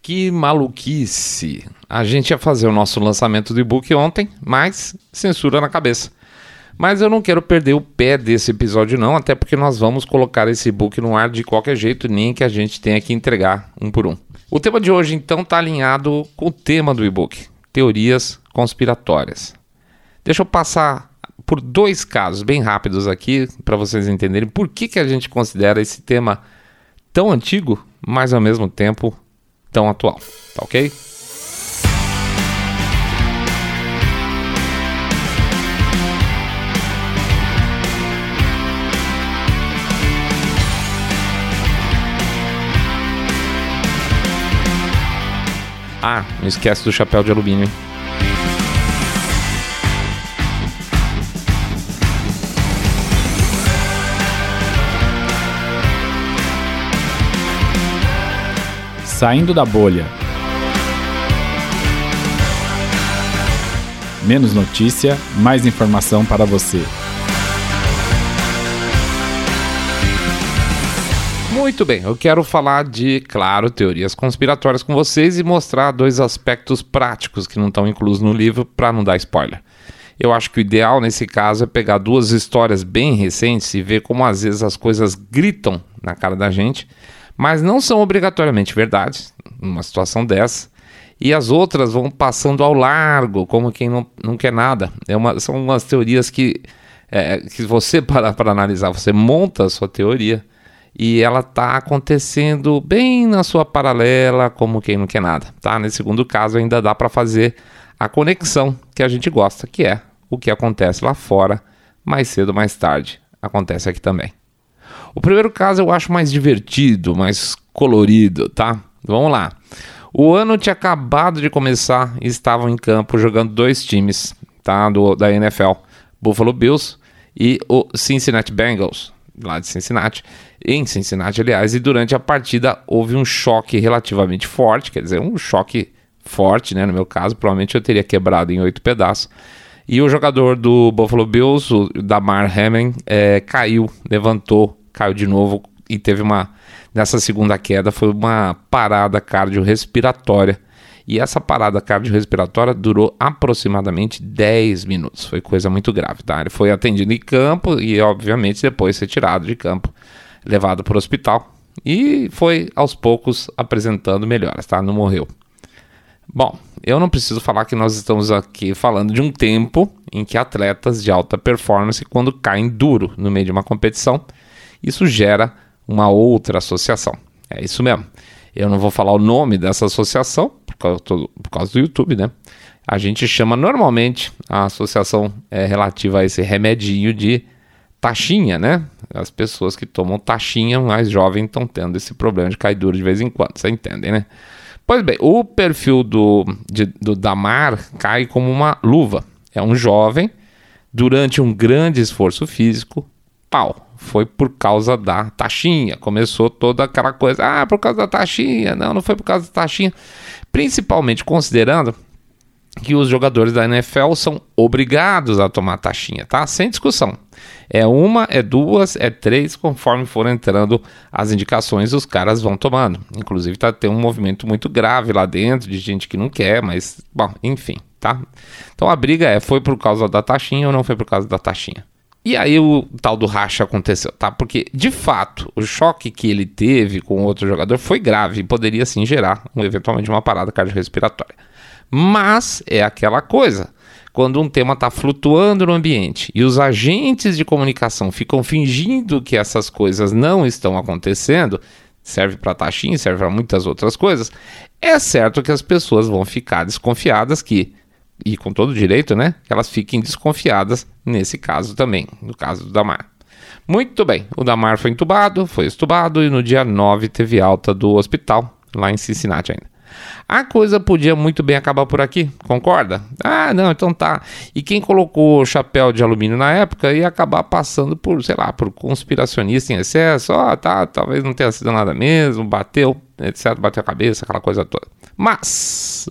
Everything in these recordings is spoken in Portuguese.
Que maluquice! A gente ia fazer o nosso lançamento do e-book ontem, mas censura na cabeça. Mas eu não quero perder o pé desse episódio não, até porque nós vamos colocar esse e-book no ar de qualquer jeito, nem que a gente tenha que entregar um por um. O tema de hoje então está alinhado com o tema do e-book, teorias conspiratórias. Deixa eu passar por 2 casos bem rápidos aqui, para vocês entenderem por que a gente considera esse tema tão antigo, mas ao mesmo tempo tão atual, tá ok? Ah, não esquece do chapéu de alumínio, hein? Saindo da bolha. Menos notícia, mais informação para você. Muito bem, eu quero falar de, claro, teorias conspiratórias com vocês e mostrar 2 aspectos práticos que não estão inclusos no livro para não dar spoiler. Eu acho que o ideal nesse caso é pegar 2 histórias bem recentes e ver como às vezes as coisas gritam na cara da gente, mas não são obrigatoriamente verdades, numa situação dessa, e as outras vão passando ao largo, como quem não quer nada. São umas teorias que você, para analisar, você monta a sua teoria, e ela está acontecendo bem na sua paralela, como quem não quer nada, tá? Nesse segundo caso ainda dá para fazer a conexão que a gente gosta, que é o que acontece lá fora, mais cedo ou mais tarde, acontece aqui também. O primeiro caso eu acho mais divertido, mais colorido, tá? Vamos lá. O ano tinha acabado de começar e estavam em campo jogando 2 times, tá? Da NFL, Buffalo Bills e o Cincinnati Bengals, lá de Cincinnati, em Cincinnati, aliás, e durante a partida houve um choque relativamente forte, quer dizer, um choque forte, né? No meu caso, provavelmente eu teria quebrado em 8 pedaços. E o jogador do Buffalo Bills, o Damar Hamlin, caiu de novo e teve nessa segunda queda, foi uma parada cardiorrespiratória. E essa parada cardiorrespiratória durou aproximadamente 10 minutos. Foi coisa muito grave, tá? Ele foi atendido em campo e, obviamente, depois retirado de campo, levado para o hospital. E foi, aos poucos, apresentando melhoras, tá? Não morreu. Bom, eu não preciso falar que nós estamos aqui falando de um tempo em que atletas de alta performance, quando caem duro no meio de uma competição, isso gera uma outra associação. É isso mesmo. Eu não vou falar o nome dessa associação, por causa do YouTube, né? A gente chama normalmente a associação relativa a esse remedinho de taxinha, né? As pessoas que tomam taxinha mais jovens estão tendo esse problema de cair duro de vez em quando, vocês entendem, né? Pois bem, o perfil do Damar cai como uma luva. É um jovem, durante um grande esforço físico, foi por causa da taxinha. Começou toda aquela coisa, por causa da taxinha. Não foi por causa da taxinha. Principalmente considerando que os jogadores da NFL são obrigados a tomar taxinha, tá? Sem discussão. É 1, é 2, é 3, conforme forem entrando as indicações, os caras vão tomando. Inclusive, tem um movimento muito grave lá dentro, de gente que não quer, mas, bom, enfim, tá? Então a briga foi por causa da taxinha ou não foi por causa da taxinha? E aí o tal do racha aconteceu, tá? Porque, de fato, o choque que ele teve com outro jogador foi grave e poderia, sim, gerar, eventualmente, uma parada cardiorrespiratória. Mas é aquela coisa, quando um tema está flutuando no ambiente e os agentes de comunicação ficam fingindo que essas coisas não estão acontecendo, serve para taxinha, serve para muitas outras coisas, é certo que as pessoas vão ficar desconfiadas e com todo direito, né, que elas fiquem desconfiadas nesse caso também, no caso do Damar. Muito bem, o Damar foi estubado e no dia 9 teve alta do hospital, lá em Cincinnati ainda. A coisa podia muito bem acabar por aqui, concorda? Não, então tá. E quem colocou o chapéu de alumínio na época ia acabar passando por, por conspiracionista em excesso. Talvez não tenha sido nada mesmo, bateu, etc, bateu a cabeça, aquela coisa toda. Mas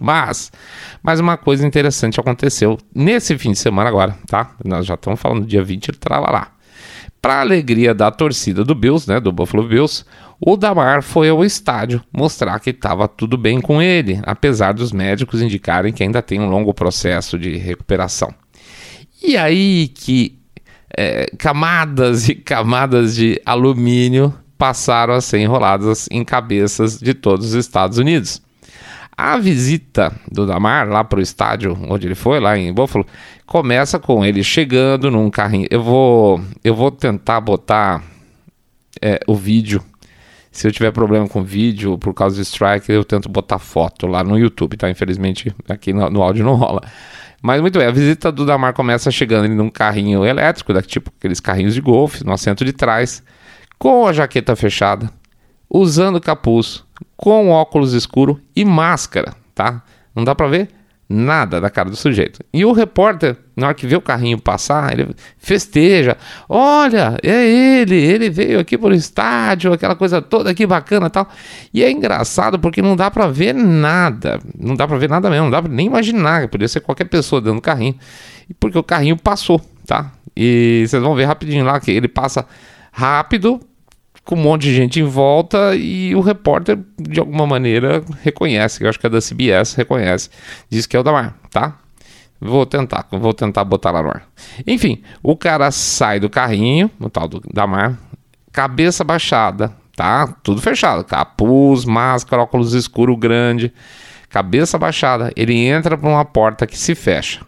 uma coisa interessante aconteceu nesse fim de semana agora, tá? Nós já estamos falando do dia 20, tralalá. Para alegria da torcida do Bills, né, do Buffalo Bills, o Damar foi ao estádio mostrar que estava tudo bem com ele, apesar dos médicos indicarem que ainda tem um longo processo de recuperação. E aí que camadas e camadas de alumínio passaram a ser enroladas em cabeças de todos os Estados Unidos. A visita do Damar lá para o estádio onde ele foi, lá em Buffalo, começa com ele chegando num carrinho. Eu vou tentar botar o vídeo. Se eu tiver problema com vídeo por causa do strike, eu tento botar foto lá no YouTube, tá? Infelizmente aqui no áudio não rola. Mas muito bem, a visita do Damar começa chegando ele num carrinho elétrico, tipo aqueles carrinhos de golfe, no assento de trás, com a jaqueta fechada, usando capuz, com óculos escuro e máscara, tá? Não dá pra ver nada da cara do sujeito. E o repórter, na hora que vê o carrinho passar, ele festeja. Olha, é ele veio aqui pro estádio, aquela coisa toda aqui bacana e tal. E é engraçado porque não dá pra ver nada. Não dá pra ver nada mesmo, não dá pra nem imaginar. Poderia ser qualquer pessoa dentro do carrinho. Porque o carrinho passou, tá? E vocês vão ver rapidinho lá que ele passa rápido, com um monte de gente em volta, e o repórter, de alguma maneira, reconhece, eu acho que é da CBS, reconhece, diz que é o Damar, tá? Vou tentar botar lá no ar. Enfim, o cara sai do carrinho, o tal do Damar, cabeça baixada, tá? Tudo fechado, capuz, máscara, óculos escuro grande, cabeça baixada, ele entra por uma porta que se fecha.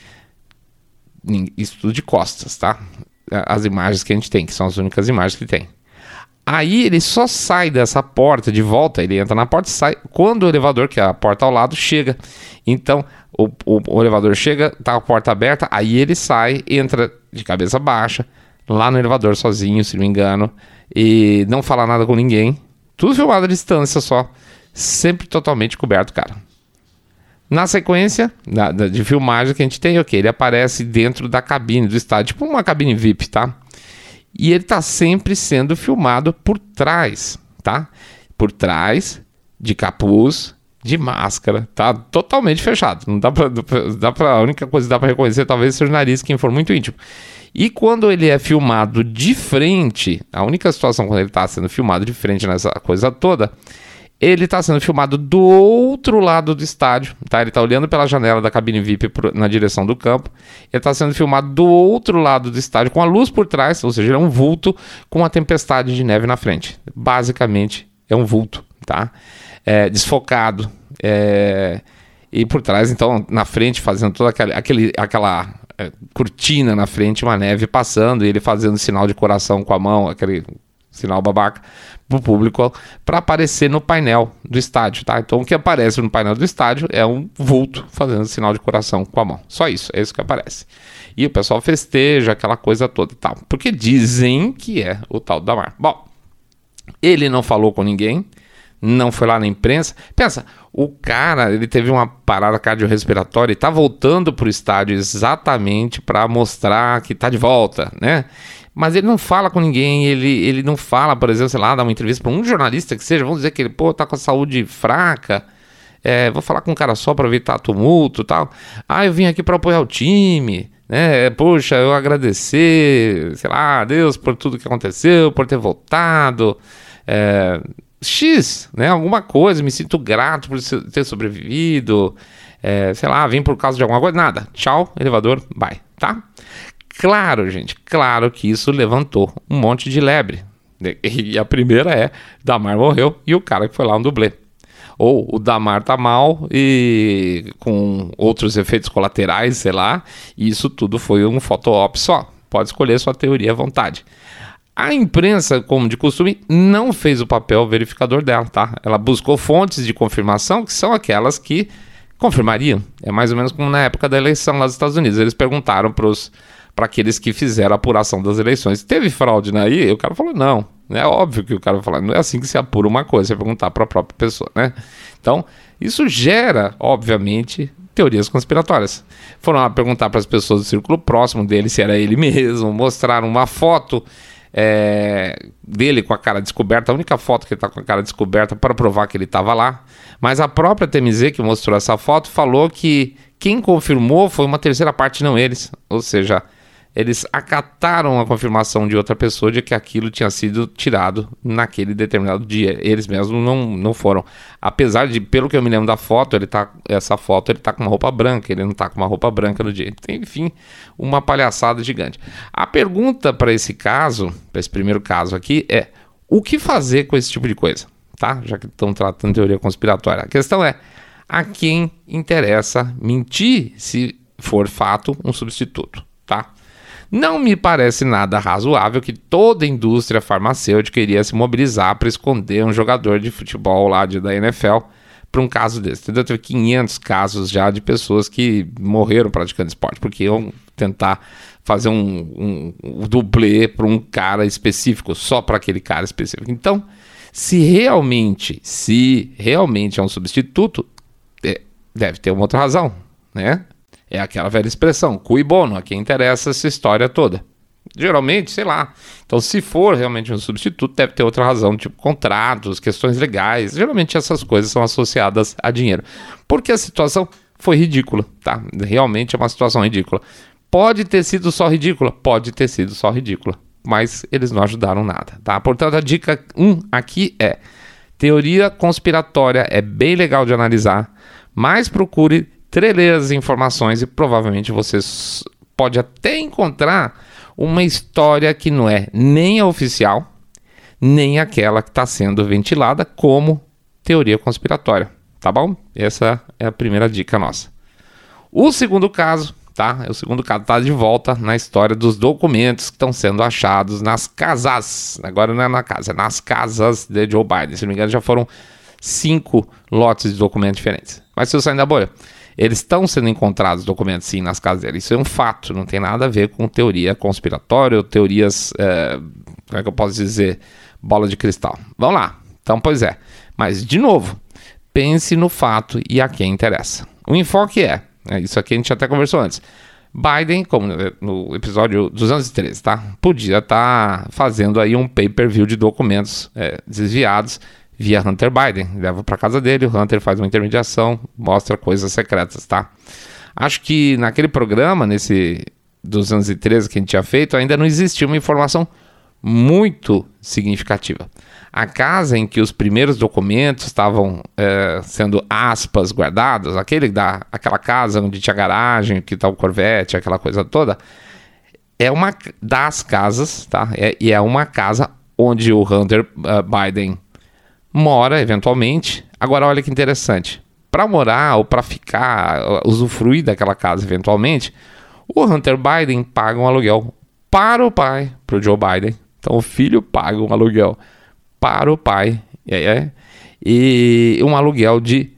Isso tudo de costas, tá? As imagens que a gente tem, que são as únicas imagens que tem. Aí ele só sai dessa porta de volta, ele entra na porta e sai quando o elevador, que é a porta ao lado, chega. Então o elevador chega, tá a porta aberta, aí ele sai, entra de cabeça baixa, lá no elevador sozinho, se não me engano, e não fala nada com ninguém. Tudo filmado à distância só, sempre totalmente coberto, cara. Na sequência de filmagem que a gente tem, ele aparece dentro da cabine do estádio, tipo uma cabine VIP, tá? E ele tá sempre sendo filmado por trás, tá? Por trás, de capuz, de máscara, tá? Totalmente fechado. Não dá pra, a única coisa que dá pra reconhecer talvez seja o nariz, quem for muito íntimo. E quando ele é filmado de frente, a única situação quando ele tá sendo filmado de frente nessa coisa toda, ele está sendo filmado do outro lado do estádio, tá? Ele está olhando pela janela da cabine VIP na direção do campo. Ele está sendo filmado do outro lado do estádio, com a luz por trás, ou seja, ele é um vulto com uma tempestade de neve na frente. Basicamente, é um vulto, tá? Desfocado. E por trás, então, na frente, fazendo toda aquela cortina na frente, uma neve passando, e ele fazendo sinal de coração com a mão, aquele sinal babaca, para o público, para aparecer no painel do estádio, tá? Então o que aparece no painel do estádio é um vulto fazendo sinal de coração com a mão. Só isso, é isso que aparece. E o pessoal festeja aquela coisa toda e tal, porque dizem que é o tal do Damar. Bom, ele não falou com ninguém, não foi lá na imprensa. Pensa, o cara, ele teve uma parada cardiorrespiratória e tá voltando pro estádio exatamente para mostrar que tá de volta, né? Mas ele não fala com ninguém, ele não fala, por exemplo, sei lá, dá uma entrevista para um jornalista que seja, vamos dizer que ele, tá com a saúde fraca, vou falar com um cara só para evitar tumulto e tal. Eu vim aqui para apoiar o time, né? Poxa, eu agradecer, sei lá, a Deus por tudo que aconteceu, por ter voltado, né? Alguma coisa, me sinto grato por ter sobrevivido, sei lá, vim por causa de alguma coisa, nada. Tchau, elevador, bye, tá? Claro, gente, claro que isso levantou um monte de lebre. E a primeira é, Damar morreu e o cara que foi lá um dublê. Ou o Damar tá mal e com outros efeitos colaterais, sei lá, e isso tudo foi um photo-op só. Pode escolher sua teoria à vontade. A imprensa, como de costume, não fez o papel verificador dela, tá? Ela buscou fontes de confirmação, que são aquelas que confirmariam. É mais ou menos como na época da eleição lá dos Estados Unidos. Eles perguntaram para aqueles que fizeram a apuração das eleições: teve fraude aí? E o cara falou não. É óbvio que o cara vai falar, não é assim que se apura uma coisa, você perguntar para a própria pessoa, né? Então, isso gera, obviamente, teorias conspiratórias. Foram lá perguntar para as pessoas do círculo próximo dele se era ele mesmo, mostraram uma foto dele com a cara descoberta, a única foto que ele está com a cara descoberta para provar que ele estava lá. Mas a própria TMZ que mostrou essa foto falou que quem confirmou foi uma terceira parte, não eles. Ou seja, eles acataram a confirmação de outra pessoa de que aquilo tinha sido tirado naquele determinado dia. Eles mesmos não foram. Apesar de, pelo que eu me lembro da foto, essa foto ele tá com uma roupa branca, ele não tá com uma roupa branca no dia. Enfim, uma palhaçada gigante. A pergunta para esse caso, para esse primeiro caso aqui, é o que fazer com esse tipo de coisa? Tá? Já que estão tratando de teoria conspiratória. A questão é, a quem interessa mentir se for fato um substituto, tá? Não me parece nada razoável que toda a indústria farmacêutica iria se mobilizar para esconder um jogador de futebol lá da NFL para um caso desse. Entendeu? Teve 500 casos já de pessoas que morreram praticando esporte, porque iam tentar fazer um dublê para um cara específico, só para aquele cara específico. Então, se realmente é um substituto, deve ter uma outra razão, né? É aquela velha expressão, cui bono, a quem interessa essa história toda. Geralmente, sei lá. Então, se for realmente um substituto, deve ter outra razão, tipo contratos, questões legais. Geralmente essas coisas são associadas a dinheiro. Porque a situação foi ridícula, tá? Realmente é uma situação ridícula. Pode ter sido só ridícula? Pode ter sido só ridícula. Mas eles não ajudaram nada, tá? Portanto, a dica 1 aqui é: teoria conspiratória é bem legal de analisar, mas procure ler as informações e provavelmente você pode até encontrar uma história que não é nem a oficial, nem aquela que está sendo ventilada como teoria conspiratória, tá bom? Essa é a primeira dica nossa. O segundo caso, tá? O segundo caso está de volta na história dos documentos que estão sendo achados nas casas. Agora não é na casa, é nas casas de Joe Biden. Se não me engano, já foram 5 lotes de documentos diferentes. Mas se eu sair da bolha, eles estão sendo encontrados documentos sim nas casas dele. Isso é um fato, não tem nada a ver com teoria conspiratória ou teorias, como é que eu posso dizer, bola de cristal. Vamos lá. Então, pois é. Mas, de novo, pense no fato e a quem interessa. O enfoque isso aqui a gente até conversou antes. Biden, como no episódio 213, tá? Podia estar fazendo aí um pay-per-view de documentos desviados via Hunter Biden, leva para casa dele, o Hunter faz uma intermediação, mostra coisas secretas, tá? Acho que naquele programa, nesse 213 que a gente tinha feito, ainda não existia uma informação muito significativa. A casa em que os primeiros documentos estavam sendo aspas guardados, aquela casa onde tinha garagem, que tá o Corvette, aquela coisa toda, é uma das casas, tá? E é uma casa onde o Hunter Biden mora, eventualmente. Agora, olha que interessante. Para morar ou para ficar, usufruir daquela casa, eventualmente, o Hunter Biden paga um aluguel para o pai, para o Joe Biden. Então, o filho paga um aluguel para o pai. E um aluguel de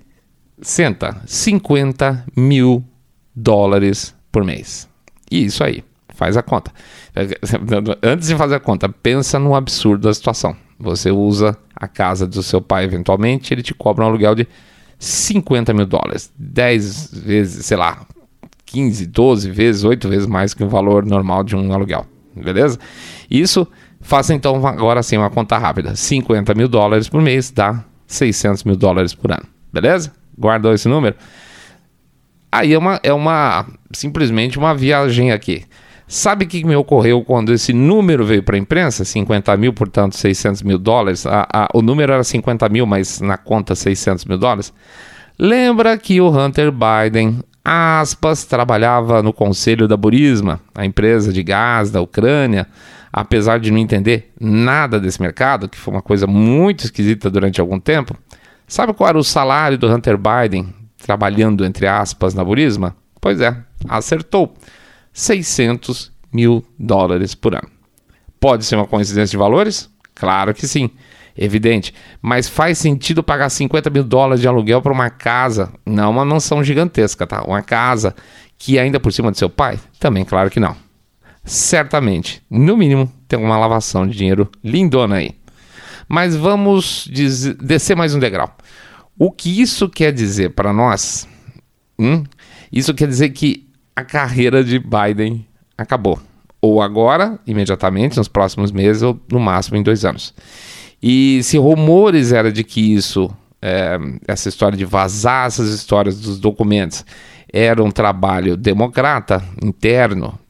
$50 mil por mês. E isso aí, faz a conta. Antes de fazer a conta, pensa no absurdo da situação. Você usa a casa do seu pai eventualmente, ele te cobra um aluguel de $50 mil. 10 vezes, sei lá, 15, 12 vezes, 8 vezes mais que o valor normal de um aluguel. Beleza? Isso, faça então agora sim uma conta rápida. $50 mil por mês dá $600 mil por ano. Beleza? Guardou esse número? Aí simplesmente uma viagem aqui. Sabe o que me ocorreu quando esse número veio para a imprensa? 50 mil, portanto, $600 mil. O número era 50 mil, mas na conta $600 mil. Lembra que o Hunter Biden, aspas, trabalhava no conselho da Burisma, a empresa de gás da Ucrânia, apesar de não entender nada desse mercado, que foi uma coisa muito esquisita durante algum tempo. Sabe qual era o salário do Hunter Biden trabalhando, entre aspas, na Burisma? Pois é, acertou. $600 mil por ano. Pode ser uma coincidência de valores? Claro que sim, evidente. Mas faz sentido pagar $50 mil de aluguel para uma casa, não uma mansão gigantesca, tá? Uma casa que ainda por cima do seu pai? Também claro que não. Certamente, no mínimo, tem uma lavação de dinheiro lindona aí. Mas vamos descer mais um degrau. O que isso quer dizer para nós? Isso quer dizer que a carreira de Biden acabou. Ou agora, imediatamente, nos próximos meses, ou no máximo em 2 anos. E se rumores era de que essa história de vazar essas histórias dos documentos era um trabalho democrata, interno,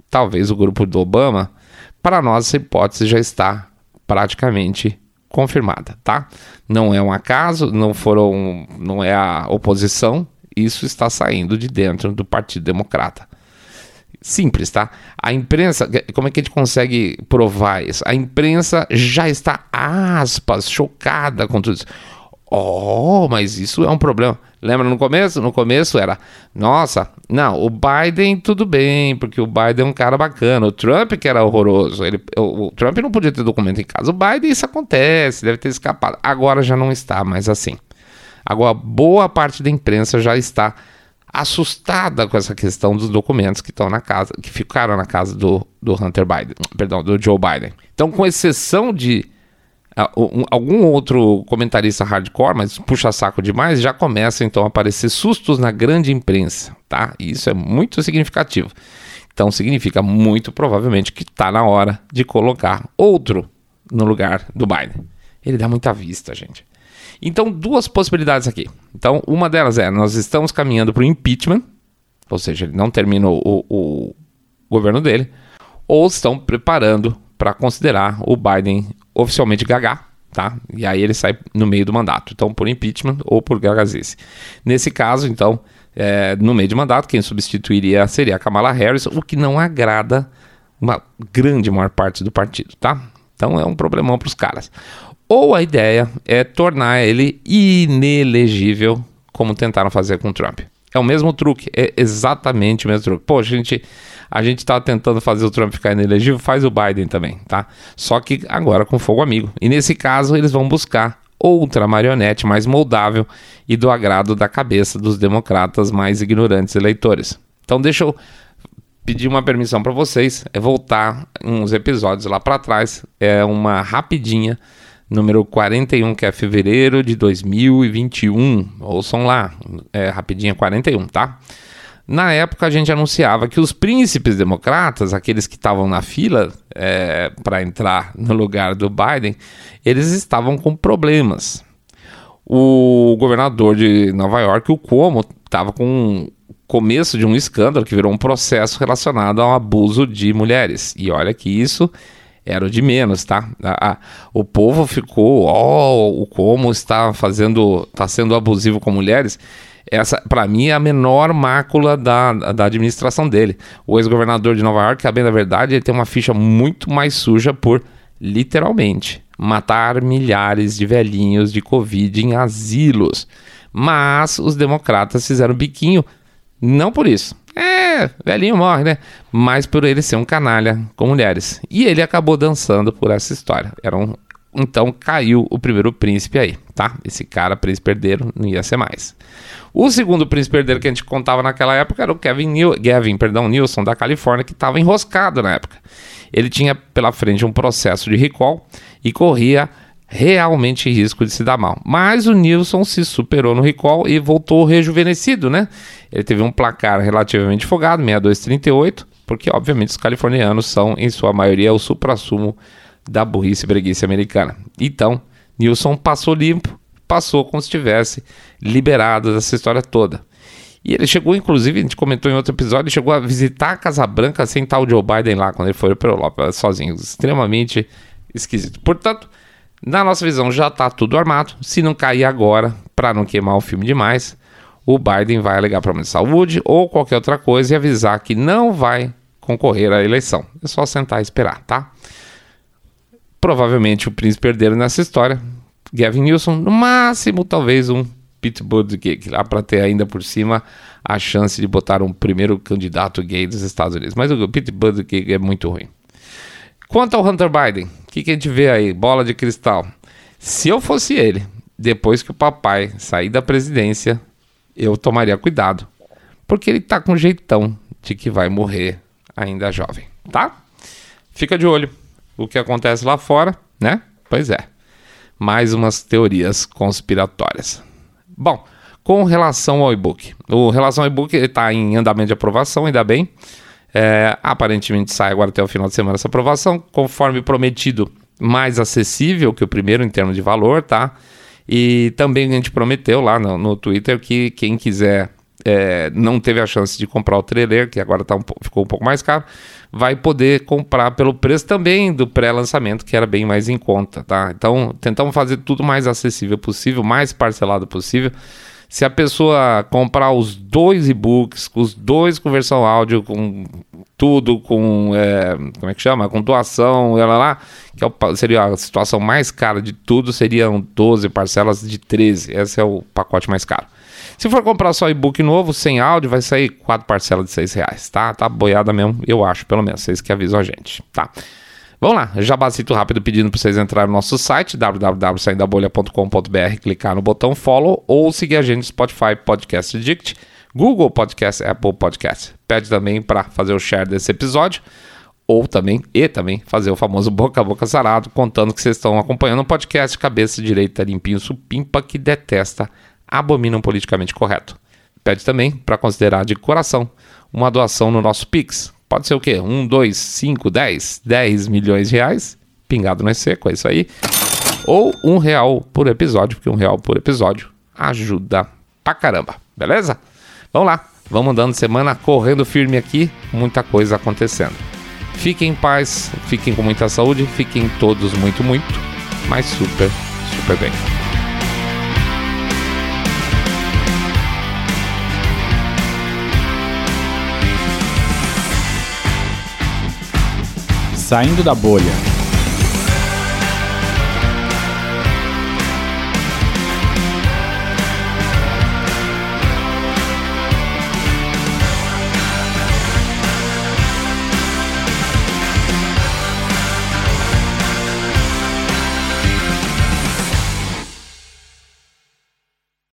talvez o grupo do Obama, para nós essa hipótese já está praticamente confirmada, tá? Não é um acaso, não é a oposição, isso está saindo de dentro do Partido Democrata. Simples, tá? A imprensa, como é que a gente consegue provar isso? A imprensa já está, aspas, chocada com tudo isso. Mas isso é um problema. Lembra no começo? No começo era, nossa, não, o Biden tudo bem, porque o Biden é um cara bacana. O Trump que era horroroso. O Trump não podia ter documento em casa. O Biden isso acontece, deve ter escapado. Agora já não está mais assim. Agora boa parte da imprensa já está assustada com essa questão dos documentos que estão na casa, que ficaram na casa do Hunter Biden, perdão, do Joe Biden. Então, com exceção de algum outro comentarista hardcore, mas puxa saco demais, já começam então a aparecer sustos na grande imprensa, tá? E isso é muito significativo. Então significa muito provavelmente que está na hora de colocar outro no lugar do Biden. Ele dá muita vista, gente. Então, duas possibilidades aqui. Então, uma delas é, nós estamos caminhando para o impeachment, ou seja, ele não terminou o governo dele, ou estão preparando para considerar o Biden oficialmente gagá, tá? E aí ele sai no meio do mandato. Então, por impeachment ou por gagazice. Nesse caso, então, no meio de mandato, quem substituiria seria a Kamala Harris, o que não agrada uma grande maior parte do partido, tá? Então, é um problemão para os caras. Ou a ideia é tornar ele inelegível, como tentaram fazer com o Trump. É o mesmo truque, é exatamente o mesmo truque. Pô, a gente tá tentando fazer o Trump ficar inelegível, faz o Biden também, tá? Só que agora com fogo amigo. E nesse caso eles vão buscar outra marionete mais moldável e do agrado da cabeça dos democratas mais ignorantes eleitores. Então deixa eu pedir uma permissão para vocês, voltar uns episódios lá para trás, uma rapidinha, número 41, que é fevereiro de 2021. Ouçam lá, rapidinha 41, tá? Na época a gente anunciava que os príncipes democratas, aqueles que estavam na fila para entrar no lugar do Biden, eles estavam com problemas. O governador de Nova York, o Cuomo, estava com o começo de um escândalo que virou um processo relacionado ao abuso de mulheres. E olha que isso era o de menos, tá? O povo ficou, o Cuomo está sendo abusivo com mulheres. Essa, para mim, é a menor mácula da administração dele. O ex-governador de Nova York, a bem da verdade, ele tem uma ficha muito mais suja por, literalmente, matar milhares de velhinhos de Covid em asilos. Mas os democratas fizeram biquinho, não por isso. Velhinho morre, né? Mas por ele ser um canalha com mulheres. E ele acabou dançando por essa história. Então caiu o primeiro príncipe aí, tá? Esse cara, príncipe herdeiro, não ia ser mais. O segundo príncipe herdeiro que a gente contava naquela época era o Gavin Newsom, da Califórnia, que estava enroscado na época. Ele tinha pela frente um processo de recall e corria realmente risco de se dar mal. Mas o Newsom se superou no recall e voltou rejuvenescido, né? Ele teve um placar relativamente folgado, 62,38, porque obviamente os californianos são, em sua maioria, o suprassumo da burrice e breguice americana. Então, Newsom passou limpo, passou como se estivesse liberado dessa história toda. E ele chegou, inclusive, a gente comentou em outro episódio, ele chegou a visitar a Casa Branca sem estar o Joe Biden lá, quando ele foi para a Europa sozinho. Extremamente esquisito. Portanto, na nossa visão já está tudo armado. Se não cair agora, para não queimar o filme demais, o Biden vai alegar problema de saúde ou qualquer outra coisa e avisar que não vai concorrer à eleição. É só sentar e esperar, tá? Provavelmente o príncipe herdeiro nessa história, Gavin Newsom, no máximo talvez um Pete Buttigieg, lá para ter ainda por cima a chance de botar um primeiro candidato gay dos Estados Unidos. Mas o Pete Buttigieg é muito ruim. Quanto ao Hunter Biden, o que a gente vê aí? Bola de cristal. Se eu fosse ele, depois que o papai sair da presidência, eu tomaria cuidado. Porque ele tá com jeitão de que vai morrer ainda jovem, tá? Fica de olho o que acontece lá fora, né? Pois é. Mais umas teorias conspiratórias. Bom, com relação ao e-book. Relação ao e-book está em andamento de aprovação, ainda bem. Aparentemente sai agora até o final de semana essa aprovação, conforme prometido, mais acessível que o primeiro em termos de valor, tá? E também a gente prometeu lá no Twitter que quem quiser não teve a chance de comprar o trailer, que agora ficou um pouco mais caro, vai poder comprar pelo preço também do pré-lançamento, que era bem mais em conta, tá? Então, tentamos fazer tudo mais acessível possível, mais parcelado possível. Se a pessoa comprar os 2 e-books, os 2 com versão áudio, com tudo, com, como é que chama? Com doação, que seria a situação mais cara de tudo, seriam 12 parcelas de 13. Esse é o pacote mais caro. Se for comprar só e-book novo, sem áudio, vai sair 4 parcelas de R$6, tá? Tá boiada mesmo, eu acho, pelo menos, vocês que avisam a gente, tá? Vamos lá, jabacito rápido pedindo para vocês entrarem no nosso site, www.saindabolha.com.br, clicar no botão follow ou seguir a gente no Spotify, Podcast Addict, Google Podcast, Apple Podcast. Pede também para fazer o share desse episódio ou também fazer o famoso boca a boca sarado, contando que vocês estão acompanhando um podcast cabeça direita, limpinho, supimpa, que detesta, abomina o politicamente correto. Pede também para considerar de coração uma doação no nosso Pix. Pode ser o quê? 1, 2, 5, 10 milhões de reais, pingado no seco, é isso aí. Ou R$1 por episódio, porque R$1 por episódio ajuda pra caramba, beleza? Vamos lá, vamos andando semana, correndo firme aqui, muita coisa acontecendo. Fiquem em paz, fiquem com muita saúde, fiquem todos muito, mas super, super bem. Saindo da Bolha.